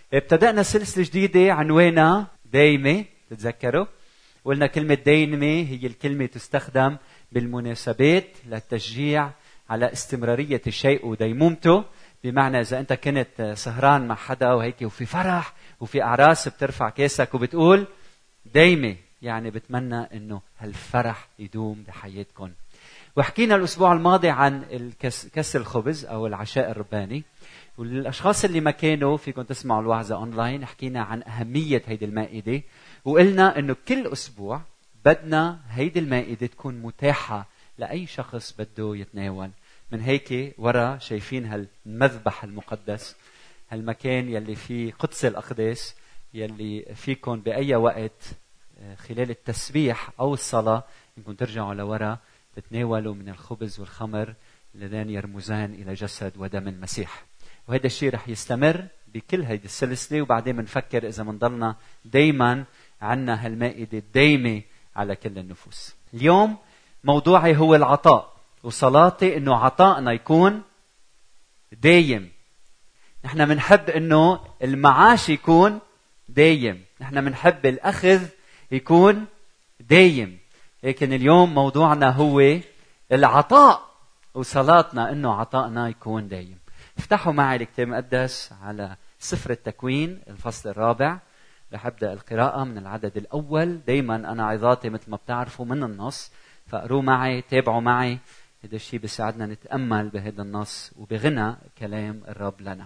ابتدأنا سلسلة جديدة عنوانها دايمة، تتذكروا؟ قلنا كلمة دايمة هي الكلمة تستخدم بالمناسبات للتشجيع على استمرارية الشيء وديمومته. بمعنى إذا أنت كنت سهران مع حدا وهيك وفي فرح وفي أعراس، بترفع كاسك وبتقول دايمة، يعني بتمنى إنه هالفرح يدوم بحياتكم. وحكينا الأسبوع الماضي عن كس الخبز أو العشاء الرباني، والأشخاص اللي ما كانوا فيكم تسمعوا الوعظة أونلاين حكينا عن أهمية هيدي المائدة، وقلنا إنه كل أسبوع بدنا هيدي المائدة تكون متاحة لأي شخص بده يتناول. من هيك ورا شايفين هالمذبح المقدس، هالمكان يلي فيه قدس الأقداس، يلي فيكم بأي وقت خلال التسبيح أو الصلاة إنكم ترجعوا لورا تتناولوا من الخبز والخمر اللذان يرمزان إلى جسد ودم المسيح. وهذا الشيء رح يستمر بكل هيدي السلسلة، وبعدين منفكر إذا منضلنا دايما عنا هالمائدة الدايمة على كل النفوس. اليوم موضوعي هو العطاء، وصلاتي إنه عطائنا يكون دايم. نحن منحب إنه المعاش يكون دايم، نحن منحب الأخذ يكون دايم، لكن اليوم موضوعنا هو العطاء، وصلاتنا إنه عطائنا يكون دايم. افتحوا معي الكتاب المقدس على سفر التكوين الفصل 4. رح أبدأ القراءة من العدد الأول. دايما أنا عظاتي مثل ما بتعرفوا من النص، فقروا معي، تابعوا معي. هذا الشيء بيساعدنا نتأمل بهذا النص وبغنى كلام الرب لنا.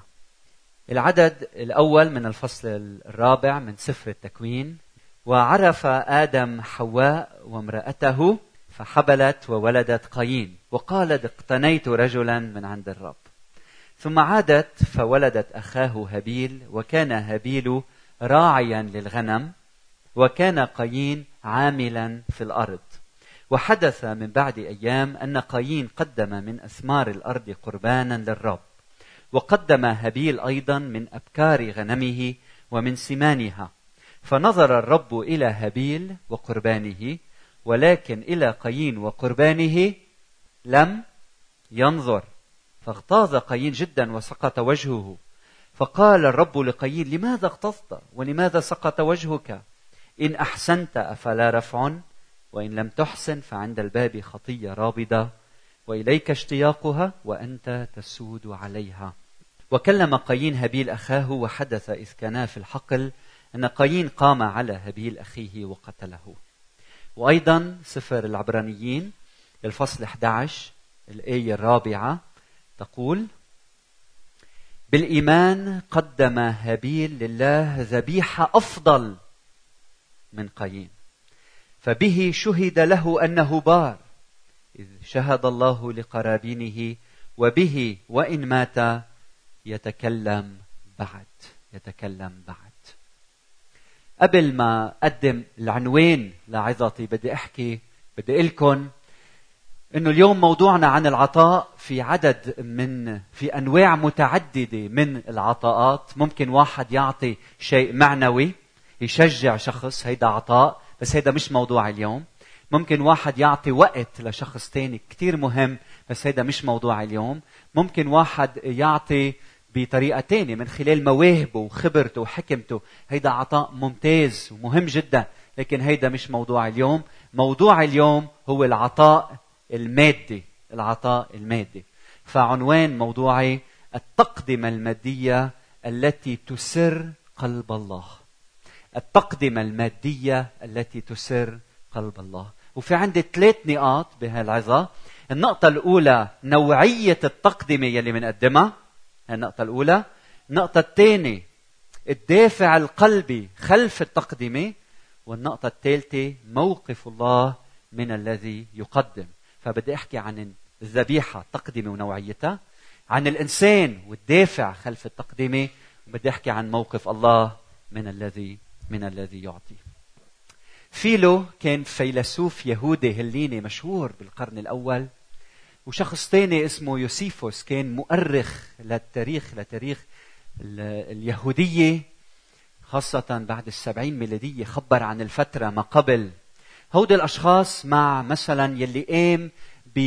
العدد الأول من الفصل 4 من سفر التكوين. وعرف آدم حواء وامرأته فحبلت وولدت قايين، وقالت اقتنيت رجلا من عند الرب. ثم عادت فولدت أخاه هابيل، وكان هابيل راعيا للغنم، وكان قايين عاملا في الأرض. وحدث من بعد أيام أن قايين قدم من أثمار الأرض قربانا للرب، وقدم هابيل أيضا من أبكار غنمه ومن سمانها. فنظر الرب إلى هابيل وقربانه، ولكن إلى قايين وقربانه لم ينظر. فاغتاظ قايين جدا وسقط وجهه. فقال الرب لقايين لماذا اغتظت ولماذا سقط وجهك؟ إن أحسنت أفلا رفع، وإن لم تحسن فعند الباب خطية رابضة، وإليك اشتياقها وأنت تسود عليها. وكلم قايين هابيل أخاه، وحدث إذ كانا في الحقل أن قايين قام على هابيل أخيه وقتله. وأيضا سفر العبرانيين الفصل 11 الآية 4 تقول: بالإيمان قدم هابيل لله ذبيحة أفضل من قايين، فبه شهد له أنه بار، إذ شهد الله لقرابينه، وبه وإن مات يتكلم بعد. قبل ما أقدم العنوان لعظتي بدي أقول لكم إنه اليوم موضوعنا عن العطاء. في أنواع متعددة من العطاءات. ممكن واحد يعطي شيء معنوي يشجع شخص، هيدا عطاء، بس هيدا مش موضوع اليوم. ممكن واحد يعطي وقت لشخص تاني كتير مهم، بس هيدا مش موضوع اليوم. ممكن واحد يعطي بطريقة تانية من خلال مواهبه وخبرته وحكمته، هيدا عطاء ممتاز ومهم جدا، لكن هيدا مش موضوع اليوم. موضوع اليوم هو العطاء المادي. فعنوان موضوعي التقدمة المادية التي تسر قلب الله. التقدمة المادية التي تسر قلب الله. وفي عندي 3 نقاط بهالعظة. النقطة الأولى نوعية التقدمة يلي منقدمها، النقطة الأولى. النقطة الثانية الدافع القلبي خلف التقدمة. والنقطة الثالثة موقف الله من الذي يقدم. فبدي أحكي عن الذبيحة التقدمة ونوعيتها، عن الإنسان والدافع خلف التقدمة، وبدي أحكي عن موقف الله من الذي يعطي. فيلو كان فيلسوف يهودي هليني مشهور بالقرن الأول، وشخص تاني اسمه يوسيفوس كان مؤرخ لتاريخ اليهودية، خاصة بعد 70 ميلادية، خبر عن الفترة ما قبل. هؤلاء الأشخاص مع مثلا يلي قام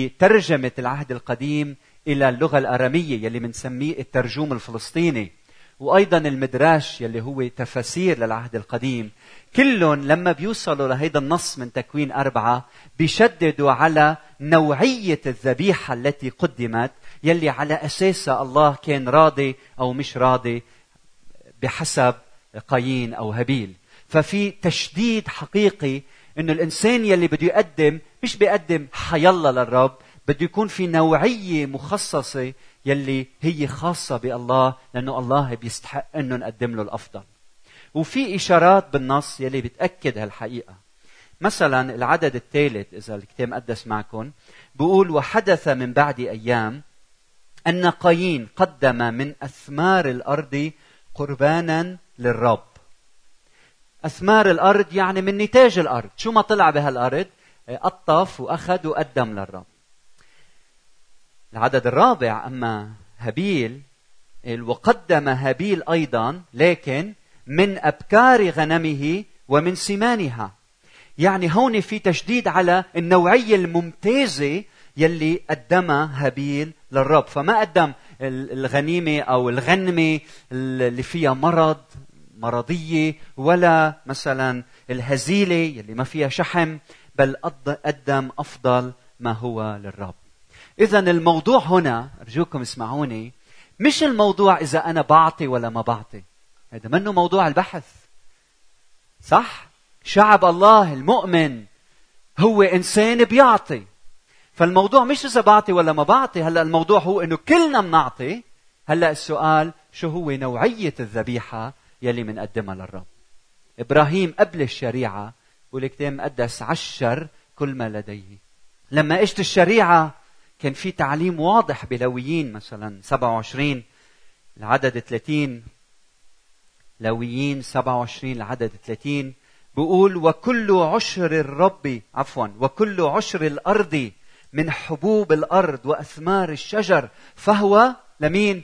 بترجمة العهد القديم إلى اللغة الأرامية يلي منسميه الترجوم الفلسطيني، وأيضا المدراش يلي هو تفاسير للعهد القديم، كلهم لما بيوصلوا لهيدا النص من تكوين 4 بيشددوا على نوعية الذبيحة التي قدمت، يلي على أساسها الله كان راضي أو مش راضي بحسب قايين أو هابيل. ففي تشديد حقيقي إنه الإنسان يلي بده يقدم مش بيقدم حيالله للرب، بده يكون في نوعية مخصصة يلي هي خاصة بالله، لأنه الله بيستحق إنه نقدم له الأفضل. وفي إشارات بالنص يلي بتأكد هالحقيقة. مثلا العدد الثالث إذا الكتاب مقدس معكم بيقول: وحدث من بعد أيام أن قايين قدم من أثمار الأرض قربانا للرب. أثمار الأرض يعني من نتاج الأرض، شو ما طلع بهالأرض قطف وأخذ وقدم للرب. العدد الرابع: أما هابيل وقدم هابيل أيضا لكن من أبكار غنمه ومن سمانها. يعني هون في تشديد على النوعية الممتازة يلي قدمها هابيل للرب. فما قدم الغنيمة أو الغنمة اللي فيها مرضية، ولا مثلا الهزيلة يلي ما فيها شحم، بل قدم أفضل ما هو للرب. إذن الموضوع هنا، أرجوكم اسمعوني، مش الموضوع إذا أنا بعطي ولا ما بعطي، هذا منه موضوع البحث. صح؟ شعب الله المؤمن هو إنسان بيعطي، فالموضوع مش إذا بعطي ولا ما بعطي. هلأ الموضوع هو إنه كلنا بنعطي. هلأ السؤال شو هو نوعية الذبيحة يلي منقدمها للرب. إبراهيم قبل الشريعة والكتاب المقدس عشر كل ما لديه. لما اجت الشريعة كان في تعليم واضح بلويين مثلا 27 العدد 30. لويين 27 العدد 30 بيقول: وكل عشر الأرض من حبوب الأرض وأثمار الشجر فهو لمين؟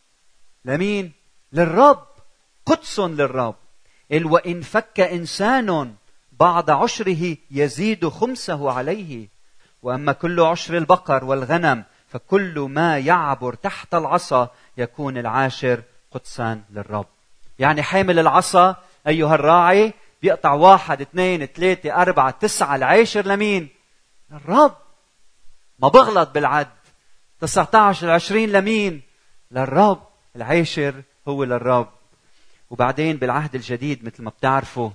للرب، قدس للرب. وإن فك إنسان بعض عشره يزيد خمسه عليه. وأما كل عشر البقر والغنم فكل ما يعبر تحت العصا يكون العاشر قدسا للرب. يعني حامل العصا أيها الراعي بيقطع 1 2 3 4 9 العاشر لمين؟ للرب. ما بغلط بالعد. 19 20 لمين؟ للرب. العاشر هو للرب. وبعدين بالعهد الجديد مثل ما بتعرفوا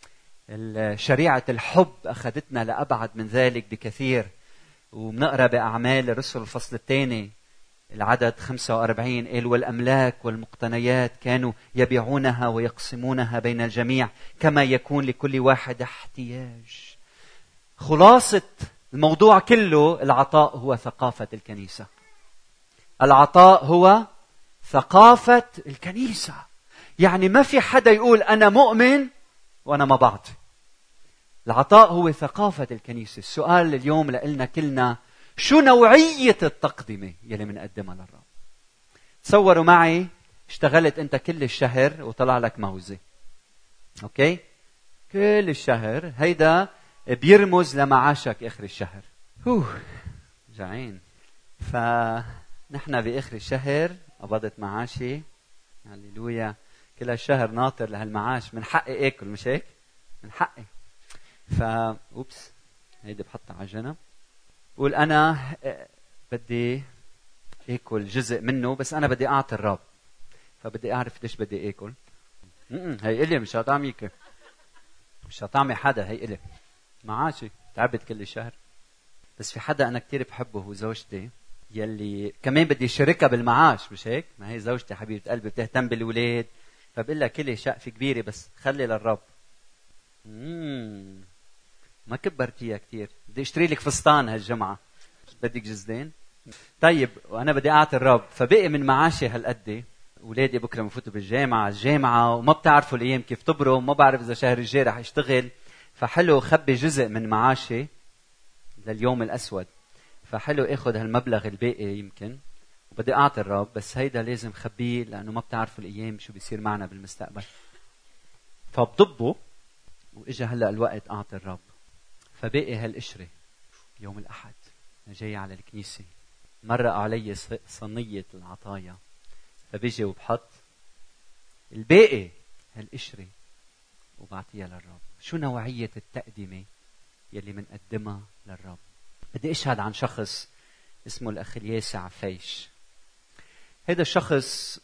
شريعة الحب أخذتنا لأبعد من ذلك بكثير. وبنقرأ بأعمال الرسل الفصل 2 العدد 45 قال: والأملاك والمقتنيات كانوا يبيعونها ويقسمونها بين الجميع كما يكون لكل واحد احتياج. خلاصة الموضوع كله العطاء هو ثقافة الكنيسة. العطاء هو ثقافة الكنيسة. يعني ما في حدا يقول أنا مؤمن وأنا ما بعطي. العطاء هو ثقافة الكنيسة. السؤال اليوم لنا كلنا: شو نوعية التقدمة يلي منقدمها للرب؟ تصوروا معي اشتغلت أنت كل الشهر وطلع لك موزة. أوكي؟ كل الشهر هيدا بيرمز لمعاشك آخر الشهر. جعين. فنحن بآخر الشهر قبضت معاشي، هللويا، كل الشهر ناطر لهالمعاش، من حقي آكل مش هيك؟ من حقي. أوبس، هيدي بحطها على جنب. قول أنا بدي آكل جزء منه، بس أنا بدي أعطي الرب، فبدي أعرف ليش بدي آكل. هي إلي، مش هطعميك، مش هطعمي حدا، هي إلي معاشي، تعبت كل الشهر. بس في حدا أنا كتير بحبه، هو زوجتي، يلي كمان بدي شاركها بالمعاش مش هيك؟ ما هي زوجتي حبيبة قلبي بتهتم بالولاد، فبقول لها كلي شقفة كبيرة بس خلي للرب. ما كبرتيها كتير، بدي اشتري لك فستان هالجمعة، بدك جزدين؟ طيب، وانا بدي اعطي الرب، فبقي من معاشي هالقد. اولادي بكره بفوتوا الجامعة وما بتعرفوا الايام كيف تبروا، وما بعرف اذا شهر الجاي رح اشتغل، فحلو خبي جزء من معاشي لليوم الاسود. فحلو اخذ هالمبلغ الباقي يمكن وبدي اعطي الرب، بس هيدا لازم خبيه لانه ما بتعرفوا الايام شو بيصير معنا بالمستقبل. فبضبه، واجا هلا الوقت اعطي الرب. فباقي هالقشره يوم الاحد انا جاي على الكنيسه، مرق علي صينيه العطايا، فبيجي وبحط الباقي هالقشرة وبعطيها للرب. شو نوعية التقدمة يلي منقدمها للرب؟ بدي أشهد عن شخص اسمه الأخ الياسع عفيش. هذا الشخص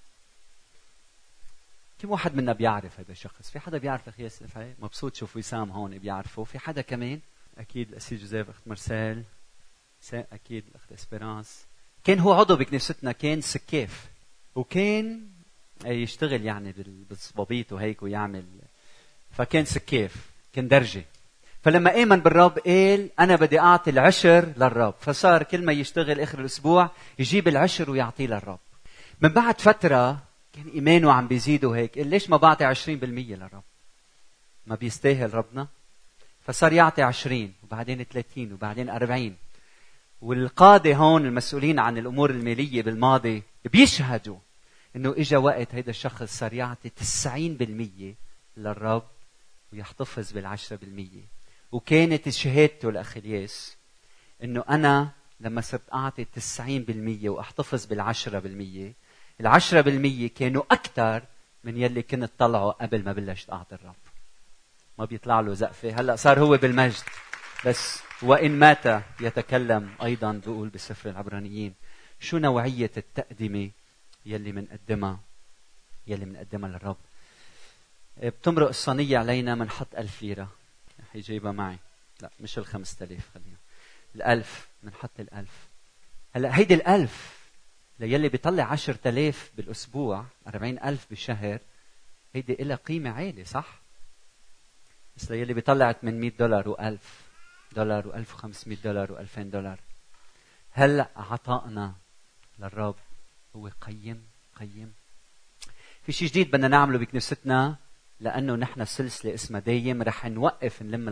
كم واحد منا بيعرف هذا الشخص؟ في حدا بيعرف أخي ياسع عفيش؟ مبسوط شوف وسام هون بيعرفه. في حدا كمان؟ أكيد الأسيس جوزيف، أخت مرسال، أكيد الأخت إسبيرانس. كان هو عضو بكنيستنا، كان سكاف وكان يشتغل يعني بالصبابيط وهيك ويعمل، فكان سكاف، كان درجة. فلما آمن بالرب قال أنا بدي أعطي العشر للرب، فصار كل ما يشتغل آخر الأسبوع يجيب العشر ويعطيه للرب. من بعد فترة كان إيمانه عم بيزيد وهيك، قال ليش ما بعطي 20% للرب؟ ما بيستاهل ربنا؟ فصار يعطي 20 وبعدين 30 وبعدين 40. والقادة هون المسؤولين عن الأمور المالية بالماضي بيشهدوا إنه إجا وقت هيدا الشخص صار يعطي 90% للرب ويحتفظ بال10%. وكانت شهادته لأخ الياس إنه أنا لما صرت أعطي 90% وأحتفظ بال10%، 10% كانوا أكثر من يلي كنت طلعه قبل ما بلشت أعطي الرب. ما بيطلع له زقفة. هلأ صار هو بالمجد، بس وإن مات يتكلم أيضا، بيقول بسفر العبرانيين. شو نوعية التقدمة يلي منقدمها للرب؟ بتمرق الصينية علينا منحط 1000 ليرة. هي جايبها معي، لا مش 5000، خلينا 1000. منحط 1000. هلا هيدي 1000 ليلي بيطلع 10,000 بالأسبوع، 40,000 بالشهر، هيدي إلها قيمة عالية صح؟ بس ليلي بيطلع $800 و$1,000 و$1,500 و$2,000، هل عطائنا للرب هو قيم؟ في شيء جديد بدنا نعمله بكنيستنا، لأنه نحن سلسلة اسمها دايم. رح نوقف نلم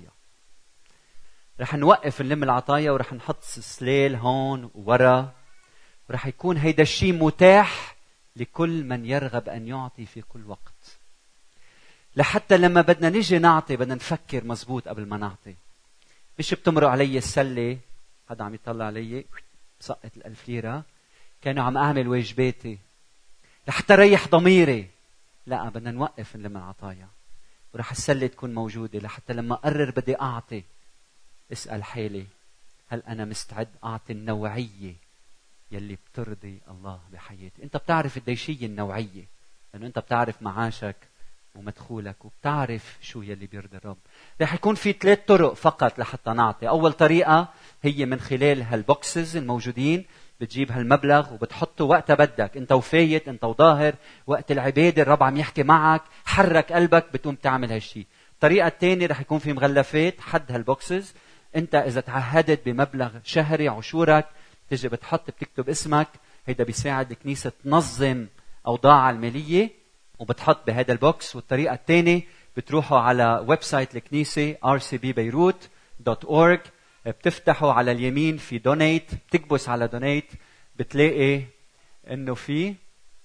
العطايا، ورح نحط سلال هون ورا، ورح يكون هيدا الشيء متاح لكل من يرغب أن يعطي في كل وقت. لحتى لما بدنا نيجي نعطي بدنا نفكر مزبوط قبل ما نعطي. مش بتمرق علي السلة، حدا عم يطلع علي سقط 1000 ليرة، كانوا عم أعمل واجباتي لحتى ريح ضميري. لا، بدنا نوقف نلم العطايا، ورح السلة تكون موجودة لحتى لما أقرر بدي أعطي اسأل حالي هل أنا مستعد أعطي النوعية يلي بترضي الله بحياتي. أنت بتعرف قديشية النوعية، لأنه أنت بتعرف معاشك ومدخولك وبتعرف شو يلي بيرضي الرب. رح يكون في 3 طرق فقط لحتى نعطي. أول طريقة هي من خلال هالبوكسز الموجودين، بتجيب هالمبلغ وبتحطه وقتها بدك، انت وفايت، انت وظاهر، وقت العبادة الرب عم يحكي معك، حرك قلبك، بتقوم تعمل هالشي. الطريقة الثانية رح يكون في مغلفات حد هالبوكسز، انت اذا تعهدت بمبلغ شهري عشورك تجي بتحط، بتكتب اسمك، هيدا بيساعد الكنيسة تنظم أوضاعها المالية، وبتحط بهذا البوكس. والطريقة الثانية بتروحوا على ويب سايت الكنيسة rcbbeirut.org، بتفتحوا على اليمين في دونيت، بتكبس على دونيت، بتلاقي انه في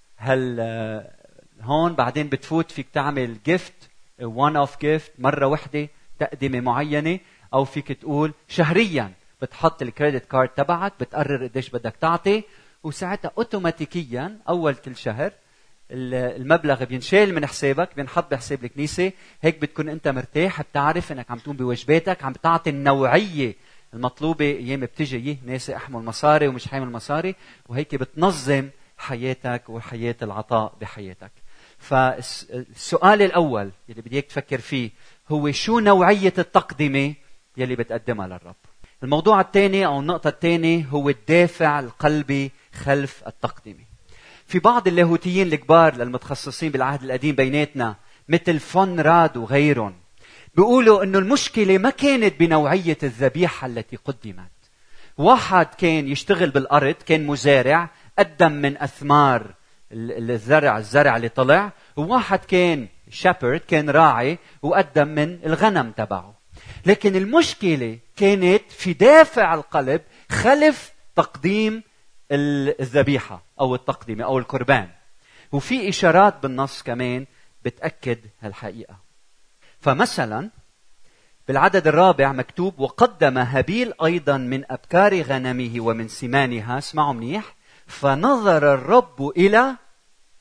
هون بعدين بتفوت فيك تعمل جيفت، وان اوف جيفت، مرة واحدة تقدمة معينة، او فيك تقول شهريا بتحط الكريدت كارد تبعك، بتقرر قديش بدك تعطي، وساعتها اوتوماتيكيا اول كل شهر المبلغ بينشال من حسابك، بينحط بحساب الكنيسة. هيك بتكون انت مرتاح، بتعرف انك عم تقوم بواجباتك، عم بتعطي النوعية المطلوبة. ايام بتجي ناس يحمل مصاري ومش حامل مصاري، وهيك بتنظم حياتك وحياة العطاء بحياتك. فالسؤال الأول يلي بديك تفكر فيه هو شو نوعية التقدمة يلي بتقدمها للرب. الموضوع الثاني أو النقطة الثانية هو الدافع القلبي خلف التقدمة. في بعض اللاهوتيين الكبار للمتخصصين بالعهد القديم بيناتنا مثل فون راد وغيرهم بيقولوا إنه المشكلة ما كانت بنوعية الذبيحة التي قدمت. واحد كان يشتغل بالأرض، كان مزارع، قدم من أثمار الزرع اللي طلع، وواحد كان شابرد، كان راعي، وقدم من الغنم تبعه. لكن المشكلة كانت في دافع القلب خلف تقديم الذبيحة أو التقدمة أو القربان. وفي إشارات بالنص كمان بتأكد هالحقيقة. فمثلا بالعدد 4 مكتوب وقدم هابيل أيضا من أبكار غنمه ومن سمانها. اسمعوا منيح. فنظر الرب إلى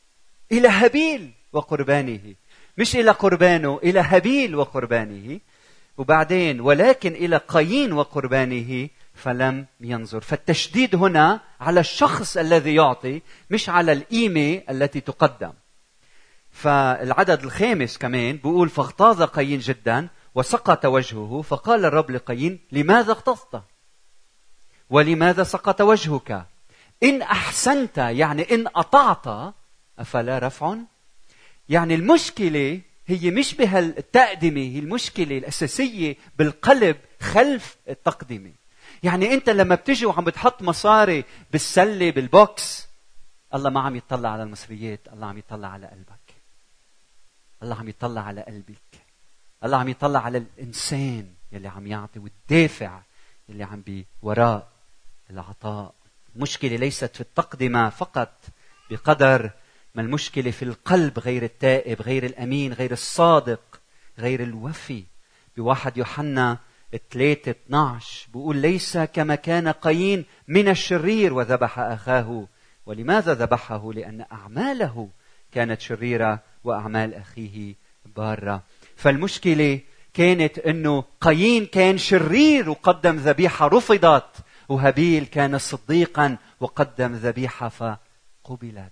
إلى هابيل وقربانه، مش إلى قربانه، إلى هابيل وقربانه. وبعدين ولكن إلى قايين وقربانه فلم ينظر. فالتشديد هنا على الشخص الذي يعطي، مش على القيمة التي تقدم. فالعدد الخامس كمان بيقول فاغتاظ قايين جدا وسقط وجهه، فقال الرب لقايين لماذا اغتظت ولماذا سقط وجهك؟ إن أحسنت، يعني إن أطعت، أفلا رفع؟ يعني المشكلة هي مش بهالتقدمة، هي المشكلة الأساسية بالقلب خلف التقدمة. يعني أنت لما بتجي وعم بتحط مصاري بالسلة بالبوكس، الله ما عم يطلع على المصريات، الله عم يطلع على قلبك، الله عم يطلع على قلبك، الله عم يطلع على الإنسان يلي عم يعطي والدافع يلي عم بوراء العطاء. المشكلة ليست في التقدمة فقط بقدر ما المشكلة في القلب غير التائب، غير الأمين، غير الصادق، غير الوفي. بواحد يوحنا 3:12 بيقول ليس كما كان قايين من الشرير وذبح أخاه. ولماذا ذبحه؟ لأن أعماله كانت شريرة وأعمال أخيه بارة. فالمشكلة كانت أنه قايين كان شرير وقدم ذبيحة رفضت، وهابيل كان صديقا وقدم ذبيحة فقبلت.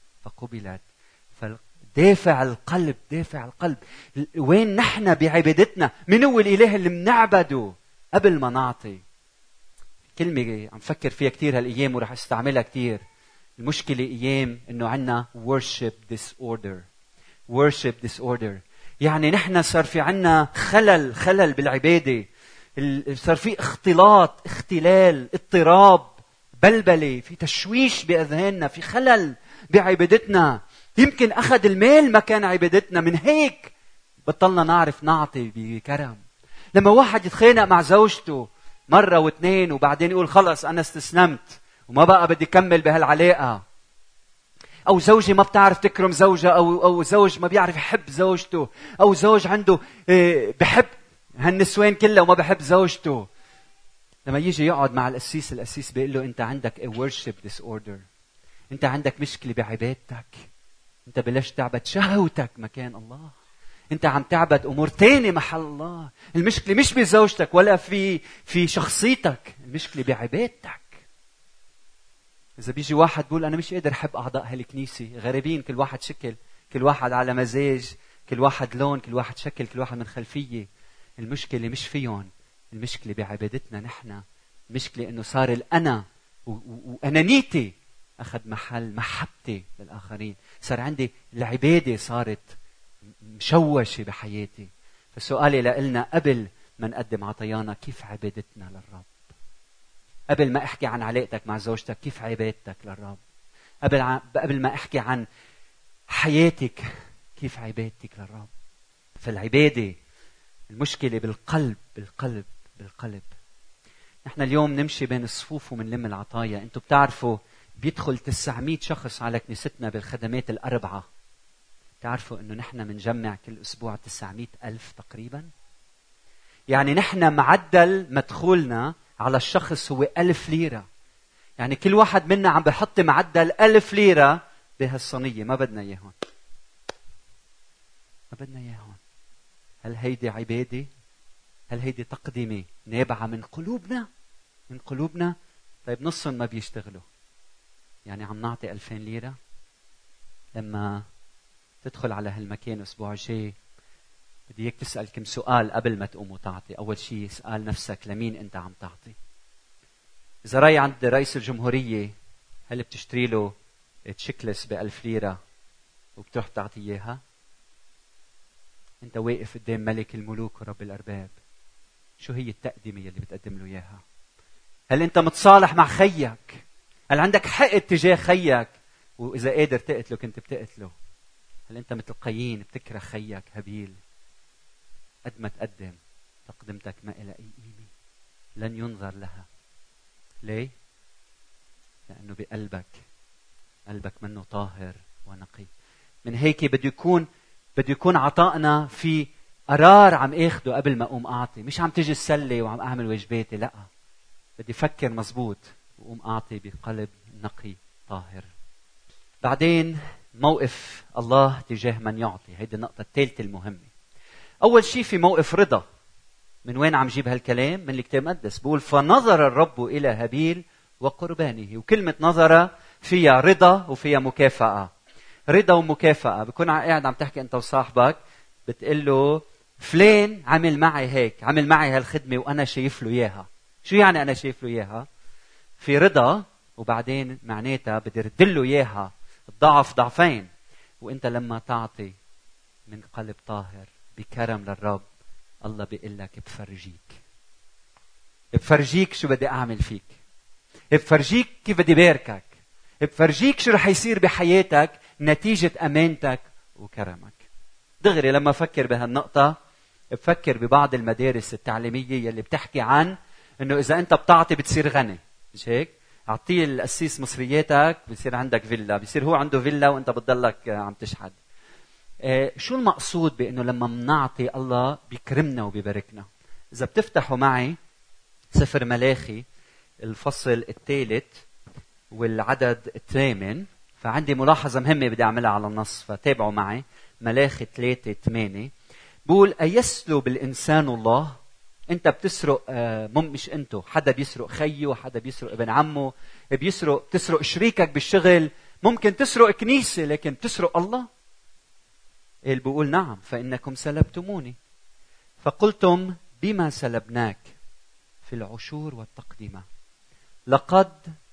فدافع القلب، دافع القلب. وين نحن بعبادتنا؟ من هو الإله اللي منعبده قبل ما نعطي؟ كلمة عم فكر فيها كتير هالأيام ورح استعملها كتير. المشكلة أيام إنه عنا worship disorder. يعني نحن صار في عنا خلل بالعبادة، صار في اختلاط، اختلال، اضطراب، بلبلة، في تشويش بأذهاننا، في خلل بعبادتنا. يمكن أخذ المال مكان عبادتنا، من هيك بطلنا نعرف نعطي بكرم. لما واحد يتخانق مع زوجته مرة واثنين وبعدين يقول خلص أنا استسلمت وما بقى بدي كمل بهالعلاقة، أو زوجي ما بتعرف تكرم زوجها، أو زوج ما بيعرف يحب زوجته، أو زوج عنده بحب هالنسوان كلها وما بحب زوجته. لما يجي يقعد مع القسيس بيقول له أنت عندك a worship disorder، أنت عندك مشكلة بعبادتك، أنت بلاش تعبد شهوتك مكان الله، أنت عم تعبد أمور تانية محل الله. المشكلة مش بزوجتك ولا في شخصيتك، المشكلة بعبادتك. إذا بيجي واحد بيقول أنا مش قادر أحب أعضاء هالكنيسة، غريبين، كل واحد شكل، كل واحد على مزاج، كل واحد لون، كل واحد شكل، كل واحد من خلفية. المشكلة مش فيهم، المشكلة بعبادتنا نحن. المشكلة إنه صار الأنا وأنانيتي أخذ محل محبتي للآخرين. صار عندي العبادة صارت مشوشة بحياتي. فالسؤال لنا قبل ما نقدم عطيانا، كيف عبادتنا للرب؟ قبل ما أحكي عن علاقتك مع زوجتك، كيف عبادتك للرب؟ قبل ما أحكي عن حياتك، كيف عبادتك للرب؟ فالعبادة المشكلة بالقلب. نحن اليوم نمشي بين الصفوف ومنلم العطايا. أنتوا بتعرفوا بيدخل 900 شخص على كنيستنا بالخدمات الأربعة. تعرفوا أنه نحن منجمع كل أسبوع 900,000 تقريبا. يعني نحن معدل مدخولنا على الشخص هو 1000 ليرة. يعني كل واحد منا عم بحط معدل 1000 ليرة بهالصينية. ما بدنا إياهم، ما بدنا إياهم. هل هيدي عبادة؟ هل هيدي تقدمة نابعة من قلوبنا؟ من قلوبنا؟ طيب نصهم ما بيشتغلوا، يعني عم نعطي 2000 ليرة. لما تدخل على هالمكان أسبوع جاي بدي إياك تسأل كم سؤال قبل ما تقوم وتعطي. أول شيء اسأل نفسك لمين أنت عم تعطي. إذا راي عند رئيس الجمهورية، هل بتشتري له تشيكلس ب1000 ليرة وبتروح تعطي إياها؟ أنت واقف قدام ملك الملوك ورب الأرباب، شو هي التقدمة اللي بتقدم له إياها؟ هل أنت متصالح مع خيك؟ هل عندك حق تجاه خيك؟ وإذا قادر تقتله كنت بتقتله؟ هل أنت مثل قايين بتكره خيك هابيل؟ قد ما تقدم تقدمتك ما إلى أي قيمة، لن ينظر لها. ليه؟ لأنه قلبك منه طاهر ونقي. من هيك بده يكون عطائنا في قرار عم اخده قبل ما اقوم اعطي. مش عم تجي السله وعم اعمل واجباتي، لا، بدي افكر مزبوط وقوم اعطي بقلب نقي طاهر. بعدين موقف الله تجاه من يعطي. هيدي النقطة الثالثة المهمة. أول شيء في موقف رضا. من وين عم جيب هالكلام؟ من الكتاب المقدس. بقول فنظر الرب إلى هابيل وقربانه. وكلمة نظر فيها رضا وفيها مكافأة. رضا ومكافأة. بكون قاعد عم تحكي أنت وصاحبك بتقول له فلان عمل معي هيك، عمل معي هالخدمة وأنا شايف له إياها. شو يعني أنا شايف له إياها؟ في رضا، وبعدين معناتها بدي رد له إياها الضعف ضعفين. وأنت لما تعطي من قلب طاهر بكرم للرب، الله بيقول لك بفرجيك شو بدي أعمل فيك، بفرجيك كيف بدي باركك، بفرجيك شو رح يصير بحياتك نتيجة أمانتك وكرمك. دغري لما أفكر بهالنقطة بفكر ببعض المدارس التعليمية يلي بتحكي عن إنه إذا أنت بتعطي بتصير غني. مش هيك؟ أعطيه القسيس مصرياتك بصير عندك فيلا، بصير هو عنده فيلا وأنت بتضلك عم تشحد. شو المقصود بأنه لما منعطي الله بيكرمنا وبيباركنا؟ إذا بتفتحوا معي سفر ملاخي الفصل 3 والعدد 8، فعندي ملاحظة مهمة بدي أعملها على النص، فتابعوا معي. ملاخي 3:8 بقول أيسلب الإنسان الله؟ أنت بتسرق، مش أنتو، حدا بيسرق خيه، حدا بيسرق ابن عمه، تسرق شريكك بالشغل، ممكن تسرق كنيسة، لكن تسرق الله؟ اللي بيقول نعم فإنكم سلبتموني فقلتم بما سلبناك؟ في العشور والتقدمة. لقد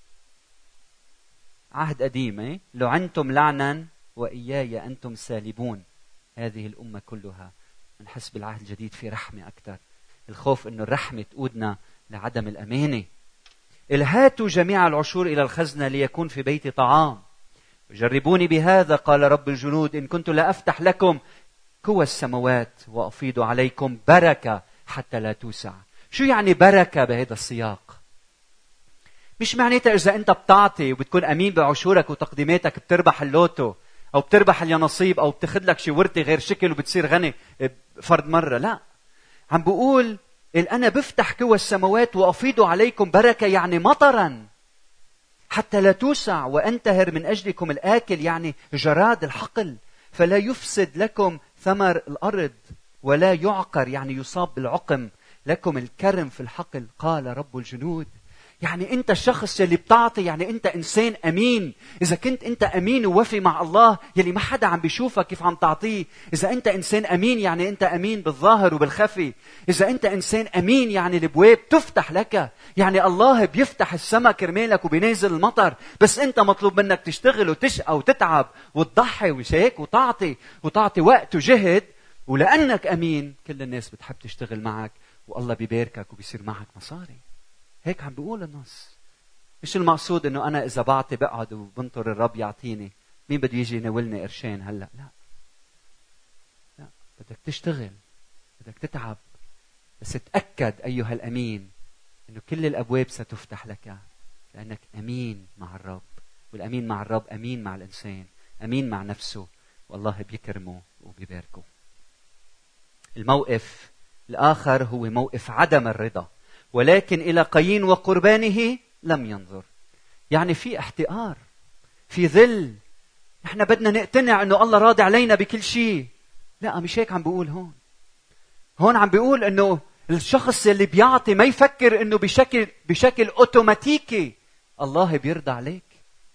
عهد قديم لعنتم لعنا وإياي أنتم سالبون هذه الأمة كلها. نحس بالعهد الجديد في رحمة أكثر. الخوف إنه الرحمة تقودنا لعدم الأمانة. الهاتوا جميع العشور إلى الخزنة ليكون في بيتي طعام. جربوني بهذا قال رب الجنود إن كنت لا أفتح لكم كوى السماوات وأفيض عليكم بركة حتى لا توسع. شو يعني بركة بهذا السياق؟ مش معناتها إذا أنت بتعطي وبتكون أمين بعشورك وتقديماتك بتربح اللوتو أو بتربح اليانصيب أو بتاخد لك شي ورثة غير شكل وبتصير غني فرد مرة. لا، عم بقول أنا بفتح كوى السماوات وأفيض عليكم بركة، يعني مطرا حتى لا توسع، وأنتهر من أجلكم الآكل، يعني جراد الحقل، فلا يفسد لكم ثمر الأرض ولا يعقر، يعني يصاب بالعقم لكم الكرم في الحقل قال رب الجنود. يعني أنت الشخص يلي بتعطي، يعني أنت إنسان أمين. إذا كنت أنت أمين ووفي مع الله يلي ما حدا عم بيشوفك كيف عم تعطيه، إذا أنت إنسان أمين يعني أنت أمين بالظاهر وبالخفي. إذا أنت إنسان أمين يعني الأبواب تفتح لك، يعني الله بيفتح السماء كرمالك وبينزل المطر، بس أنت مطلوب منك تشتغل وتشقى وتتعب وتضحي وش هيك وتعطي وقت وجهد. ولأنك أمين كل الناس بتحب تشتغل معك والله بيباركك وبيصير معك مصاري. هيك عم بيقول النص. مش المقصود انه انا اذا بعطي بقعد وبنطر الرب يعطيني. مين بده يجي يناولني قرشين هلا؟ لا، بدك تشتغل، بدك تتعب، بس تأكد ايها الامين انه كل الابواب ستفتح لك لانك امين مع الرب. والامين مع الرب امين مع الانسان، امين مع نفسه، والله بيكرمه وبيباركه. الموقف الاخر هو موقف عدم الرضا. ولكن إلى قايين وقربانه لم ينظر. يعني في احتقار، في ذل. نحن بدنا نقتنع أنه الله راضي علينا بكل شيء. لا، مش هيك عم بيقول هون عم بيقول أنه الشخص اللي بيعطي ما يفكر أنه بشكل أوتوماتيكي الله بيرضى عليك.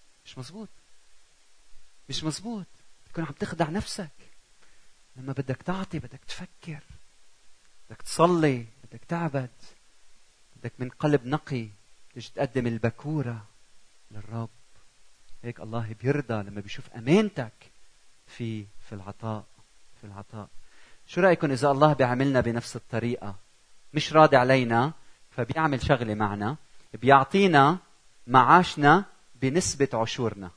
مش مزبوط. تكون عم تخدع نفسك. لما بدك تعطي بدك تفكر، بدك تصلي، بدك تعبد، بدك من قلب نقي تيجي تقدم البكورة للرب. هيك الله بيرضى لما بيشوف أمانتك في العطاء. شو رأيكم إذا الله بيعملنا بنفس الطريقة؟ مش راضي علينا فبيعمل شغلة معنا، بيعطينا معاشنا بنسبة عشورنا.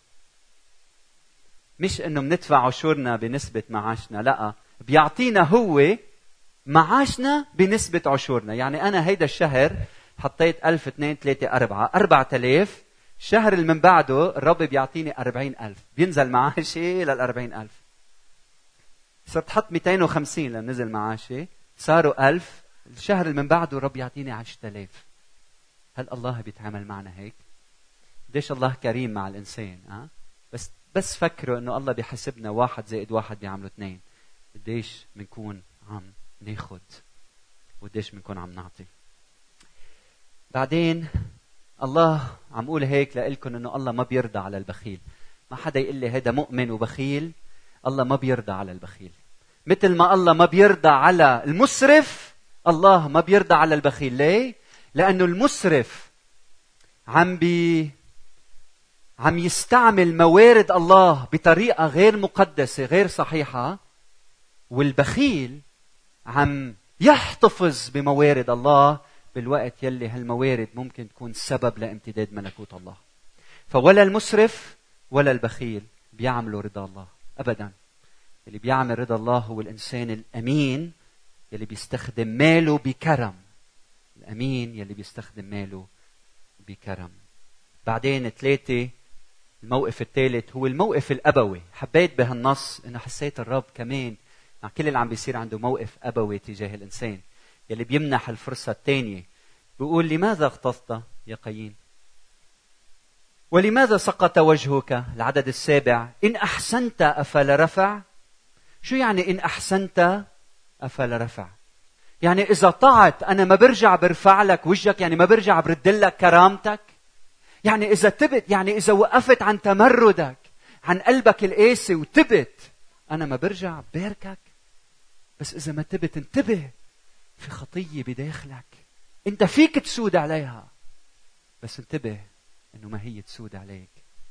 مش إنه بندفع عشورنا بنسبة معاشنا، لا، بيعطينا هو معاشنا بنسبة عشورنا. يعني أنا هيدا الشهر حطيت 1000 2 3 4 4000. الشهر اللي من بعده الرب بيعطيني 40,000، بينزل معاشي لل40,000. صرت حط 250 لما نزل معاشي صاروا 1000. الشهر اللي من بعده الرب يعطيني 10,000. هل الله بيتعامل معنا هيك؟ قديش الله كريم مع الإنسان. بس بس فكروا انه الله بيحسبنا 1+1 بيعملوا 2. قديش بنكون عم ناخد وقديش بنكون عم نعطي. بعدين الله عم قول هيك لإلكم انه الله ما بيرضى على البخيل. ما حدا يقول لي هذا مؤمن وبخيل. الله ما بيرضى على البخيل. مثل ما الله ما بيرضى على المسرف، الله ما بيرضى على البخيل. ليه؟ لأنه المسرف عم يستعمل موارد الله بطريقة غير مقدسة غير صحيحة، والبخيل عم يحتفظ بموارد الله بالوقت يلي هالموارد ممكن تكون سبب لامتداد ملكوت الله. فولا المسرف ولا البخيل بيعملوا رضا الله أبدا. اللي بيعمل رضا الله هو الإنسان الأمين يلي بيستخدم ماله بكرم. الأمين يلي بيستخدم ماله بكرم. بعدين 3، الموقف الثالث هو الموقف الأبوي. حبيت بهالنص إنه حسيت الرب كمان مع كل اللي عم بيصير عنده موقف أبوي تجاه الإنسان يلي بيمنح الفرصة الثانية. بيقول لماذا اغتظت يا قايين؟ ولماذا سقط وجهك؟ العدد 7. إن أحسنت أفلا رفع؟ شو يعني إن أحسنت أفلا رفع؟ يعني إذا طعت أنا ما برجع برفع لك وجهك، يعني ما برجع برد لك كرامتك. يعني إذا تبت، يعني إذا وقفت عن تمردك عن قلبك القاسي وتبت، أنا ما برجع باركك. بس إذا ما تبت، انتبه، في خطية بداخلك أنت فيك تسود عليها، بس انتبه إنه ما هي تسود عليك.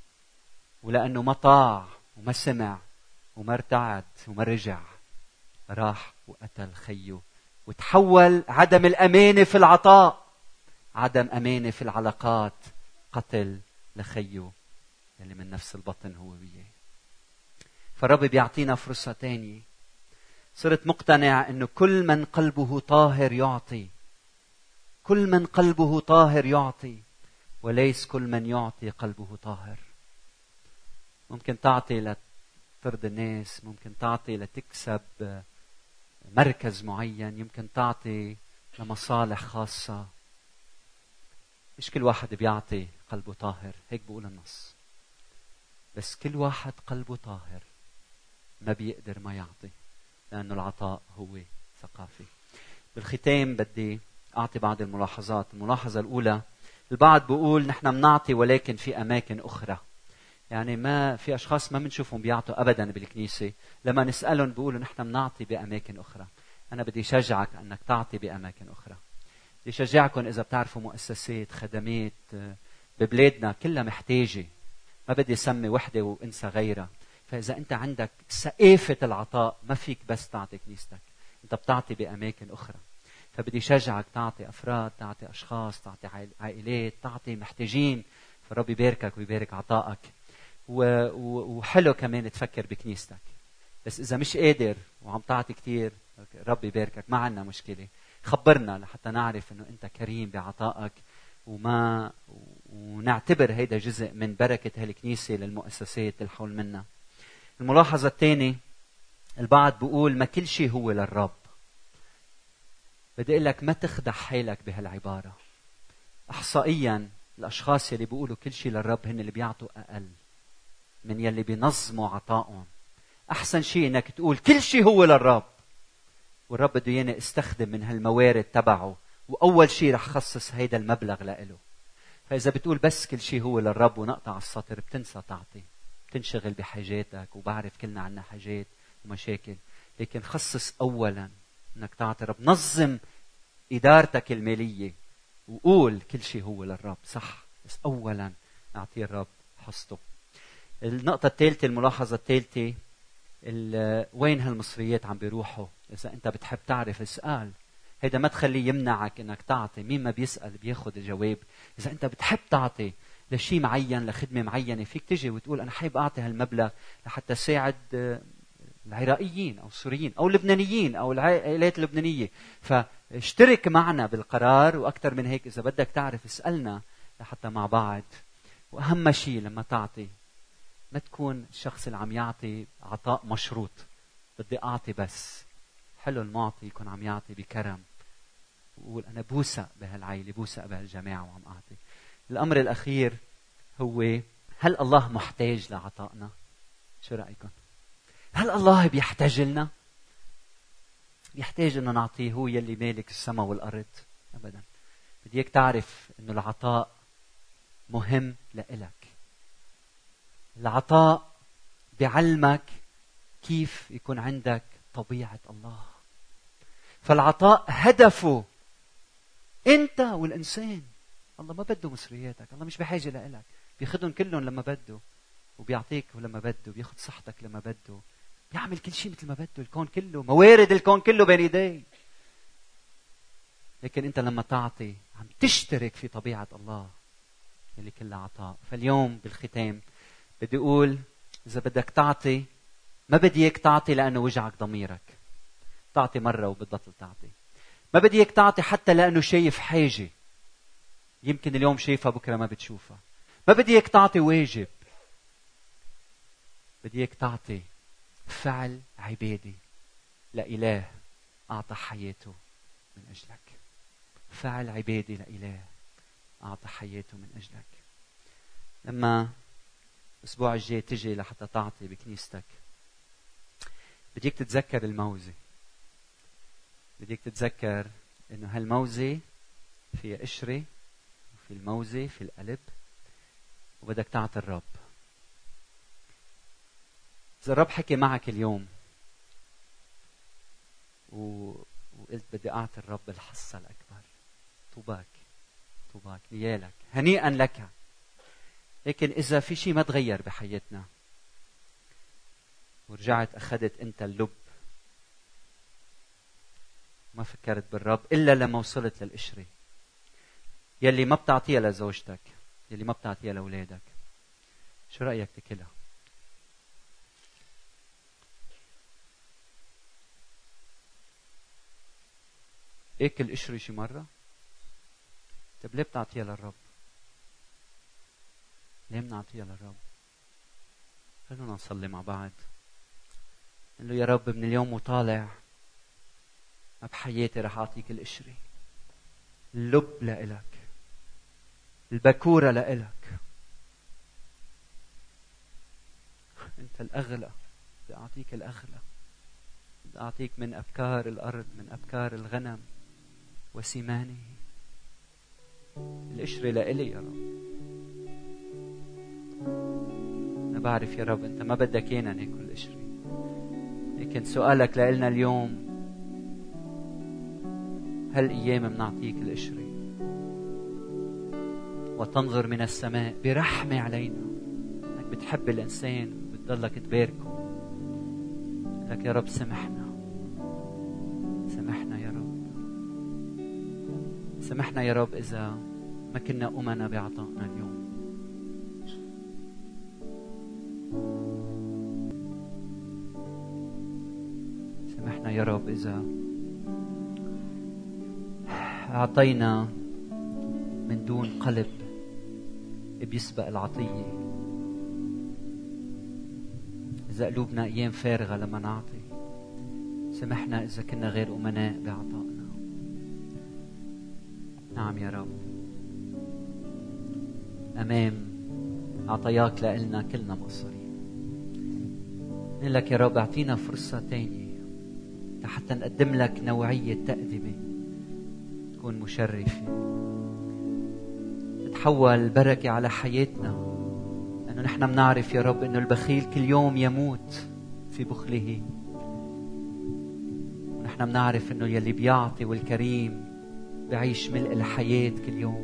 ولأنه ما طاع وما سمع وما ارتعد وما رجع، راح وقتل خيه وتحول عدم الأمانة في العطاء، عدم أمانة في العلاقات، قتل لخيه اللي من نفس البطن هو وياه. فالرب بيعطينا فرصة تانية. صرت مقتنع إنه كل من قلبه طاهر يعطي. كل من قلبه طاهر يعطي، وليس كل من يعطي قلبه طاهر. ممكن تعطي لترضي الناس، ممكن تعطي لتكسب مركز معين، يمكن تعطي لمصالح خاصة. مش كل واحد بيعطي قلبه طاهر، هيك بقول النص. بس كل واحد قلبه طاهر ما بيقدر ما يعطي، لأنه العطاء هو ثقافي. بالختام بدي أعطي بعض الملاحظات. الملاحظة الأولى، البعض بيقول نحن بنعطي ولكن في أماكن أخرى. يعني ما في أشخاص ما بنشوفهم بيعطوا أبدا بالكنيسة، لما نسألهم بيقولوا نحن بنعطي بأماكن أخرى. أنا بدي شجعك أنك تعطي بأماكن أخرى. بدي شجعكم إذا بتعرفوا مؤسسات خدمات ببلادنا كلها محتاجة، ما بدي سمي وحدة وانسى غيرها. فإذا أنت عندك ثقافة العطاء ما فيك بس تعطي كنيستك، أنت بتعطي بأماكن أخرى. فبدي شجعك تعطي أفراد، تعطي أشخاص، تعطي عائلات، تعطي محتاجين. فالرب يباركك ويبارك عطائك. وحلو كمان تفكر بكنيستك. بس إذا مش قادر وعم تعطي كتير، رب يباركك، ما عنا مشكلة. خبرنا لحتى نعرف إنه أنت كريم بعطائك، ونعتبر هيدا جزء من بركة هالكنيسة للمؤسسات الحول منا. الملاحظة الثانية، البعض بيقول ما كل شيء هو للرب. بدي أقول لك ما تخدع حالك بهالعبارة. إحصائيا الأشخاص يلي بيقولوا كل شيء للرب هن اللي بيعطوا أقل من يلي بينظموا عطائهم. أحسن شيء إنك تقول كل شيء هو للرب، والرب بده ياني استخدم من هالموارد تبعه، وأول شيء رح خصص هيدا المبلغ لإله. فإذا بتقول بس كل شيء هو للرب ونقطع السطر، بتنسى تعطي، بتنشغل بحاجاتك. وبعرف كلنا عنا حاجات ومشاكل، لكن خصص أولا إنك تعطي رب. نظم إدارتك المالية وقول كل شيء هو للرب، صح، بس أولا أعطيه الرب حصته. النقطة الثالثة، الملاحظة الثالثة، وين هالمصريات عم بيروحوا؟ إذا أنت بتحب تعرف اسأل. هيدا ما تخليه يمنعك إنك تعطي. مين ما بيسأل بياخد الجواب. إذا أنت بتحب تعطي لشيء معين، لخدمة معينة، فيك تجي وتقول أنا حابب أعطي هالمبلغ لحتى ساعد العراقيين أو السوريين أو اللبنانيين أو العائلات اللبنانية. فاشترك معنا بالقرار. وأكثر من هيك إذا بدك تعرف اسألنا لحتى مع بعض. وأهم شيء لما تعطي ما تكون الشخص اللي عم يعطي عطاء مشروط، بدي أعطي بس. حلو المعطي يكون عم يعطي بكرم، وقول أنا بوثق بهالعائلة، بوثق بهالجماعة وعم أعطي. الأمر الأخير هو، هل الله محتاج لعطائنا؟ شو رأيكم؟ هل الله بيحتاج لنا؟ بيحتاج انه نعطيه؟ هو يلي مالك السماء والارض؟ ابدا. بدي اياك تعرف انه العطاء مهم لإلك. العطاء بيعلمك كيف يكون عندك طبيعة الله. فالعطاء هدفه انت والانسان. الله ما بده مصرياتك، الله مش بحاجة لإلك، بياخدهم كلهم لما بده، وبيعطيك لما بده، بياخد صحتك لما بده، بيعمل كل شيء مثل ما بده. الكون كله، موارد الكون كله بين يديه. لكن انت لما تعطي عم تشترك في طبيعة الله اللي كلها عطاء. فاليوم بالختام بدي اقول، اذا بدك تعطي، ما بدي اياك تعطي لانه وجعك ضميرك، تعطي مرة وبتبطل تعطي. ما بدي اياك تعطي حتى لانه شايف حاجة، يمكن اليوم شايفها بكرة ما بتشوفها. ما بدي اياك تعطي واجب، بدي اياك تعطي فعل عبادي لإله أعطى حياته من أجلك. فعل عبادي لإله أعطى حياته من أجلك. لما الأسبوع الجاي تجي لحتى تعطي بكنيستك، بديك تتذكر الموزة. بديك تتذكر إنه هالموزة فيها قشرة، وفي الموزة في القلب، وبدك تعطي الرب. إذا الرب حكي معك اليوم وقلت بدي أعطي الرب الحصة الأكبر، طوباك، طوباك، نيالك، هنيئا لك. لكن إذا في شيء ما تغير بحياتنا ورجعت أخذت أنت اللب، ما فكرت بالرب إلا لما وصلت للقشرة يلي ما بتعطيها لزوجتك، يلي ما بتعطيها لأولادك، شو رأيك تكلها؟ اكل قشرة شي مرة؟ طب ليه بتعطيها للرب؟ ليه بنعطيها للرب؟ خلونا نصلي مع بعض. قل له يا رب من اليوم وطالع ما بحياتي رح أعطيك القشرة. اللب لإلك، البكورة لإلك، أنت الأغلى، بدي أعطيك الأغلى. بدي أعطيك من أبكار الأرض، من أبكار الغنم وسمانه. القشرة لإلي يا رب. أنا بعرف يا رب أنت ما بدك إيانا ناكل قشرة، لكن سؤالك لإلنا اليوم، هالأيام منعطيك القشرة وتنظر من السماء برحمة علينا، أنك بتحب الإنسان وبتضلك تباركه. لك يا رب سمحنا، سمحنا يا رب، سمحنا يا رب إذا ما كنا أمنا بعطائنا اليوم. سمحنا يا رب إذا أعطينا من دون قلب بيسبق العطية، إذا قلوبنا أيام فارغة لما نعطي. سمحنا إذا كنا غير أمناء بعطائنا. نعم يا رب، أمام عطاياك لإلنا كلنا مقصرين. نقول لك يا رب أعطينا فرصة تانية حتى نقدم لك نوعية تقدمة تكون مشرفة، تتحول بركة على حياتنا. لأنه نحن بنعرف يا رب أنه البخيل كل يوم يموت في بخله، ونحن بنعرف أنه يلي بيعطي والكريم بعيش ملء الحياة كل يوم،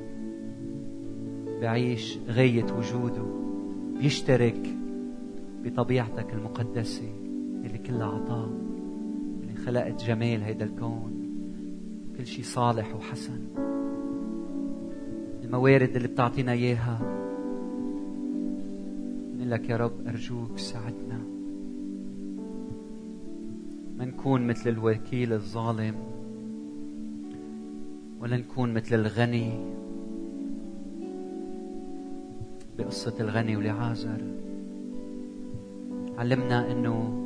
بعيش غاية وجوده، بيشترك بطبيعتك المقدسة اللي كلها عطاء، اللي خلقت جمال هيدا الكون، كل شيء صالح وحسن. الموارد اللي بتعطينا إياها نقول لك يا رب أرجوك ساعدنا ما نكون مثل الوكيل الظالم، ولا نكون مثل الغني بقصة الغني والعازر. علمنا أنه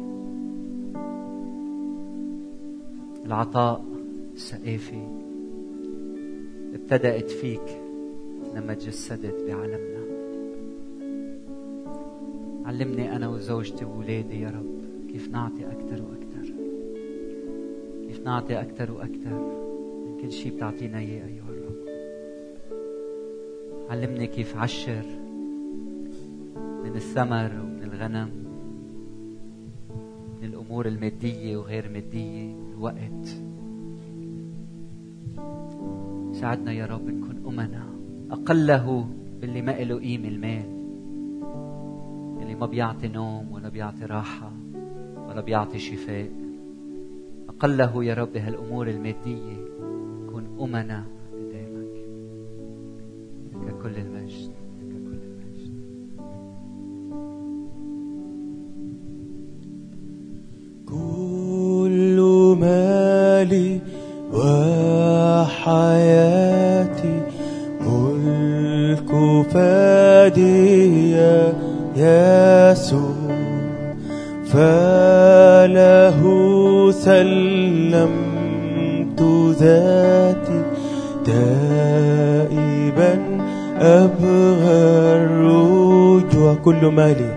العطاء السقافي ابتدأت فيك لما تجسدت بعالمنا. علمني أنا وزوجتي وولادي يا رب كيف نعطي أكثر وأكثر، كيف نعطي أكثر وأكثر من كل شيء بتعطينا إياه أيها الرب. علمني كيف عشر من الثمر ومن الغنم، من الأمور المادية وغير مادية، الوقت. ساعدنا يا رب نكون أمنا، أقله باللي ما له قيمة المال، اللي ما بيعطي نوم ولا بيعطي راحة ولا بيعطي شفاء. أقله يا رب هالأمور المادية نكون أمنا قدامك. لك كل المجد، لك كل المجد. كل مالي وحياتي ملك فادي يا يسوع، فله سلمت ذاتي تائبا أبغى الرجوع. كل مالي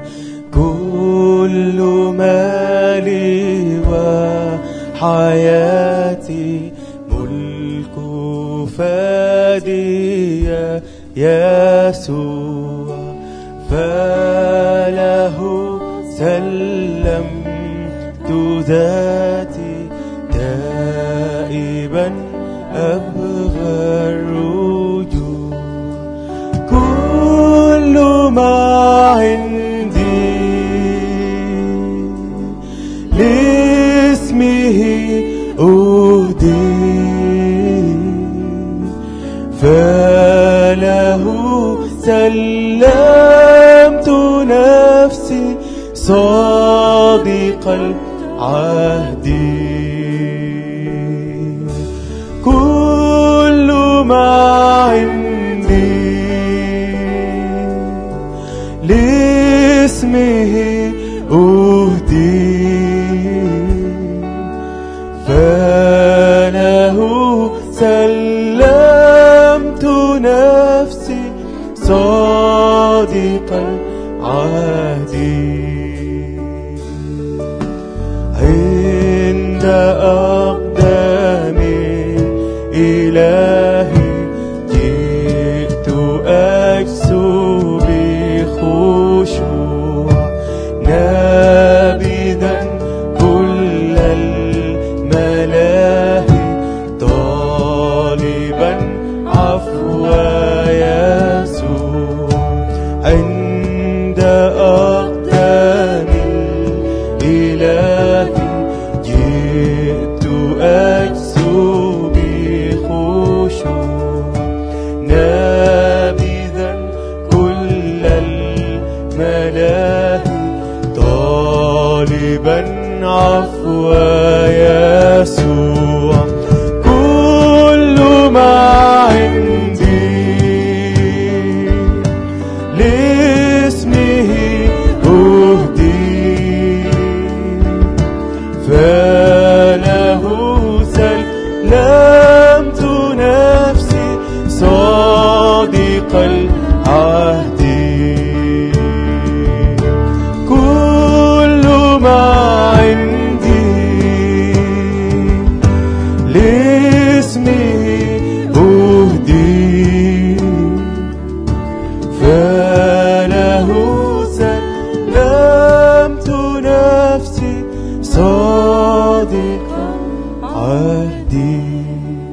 وحياتي ملك فادي يا يسوع، فله سلمت ذاتي تائبا أبغى الرجوع. كل ما عندي لاسمه أهدي، فله سلمت نفسي صادق العهد. كل ما عندي لاسمه أهدي، فله سلمت نفسي صادق العهد. عند أقدام إلهي جئت أجسو بخشوع، نابذا كل الملاهي طالبا عفو يسوع. عند أقدام الإله جئت أجسو بخشوع، نابذا كل الملاهي طالبا عفو يسوع. كل ما عندي لاسمه أهدي، فله سلمت نفسي صادق العهد. كل ما عندي لاسمه أهدي، فله سلمت نفسي صادق عهدي.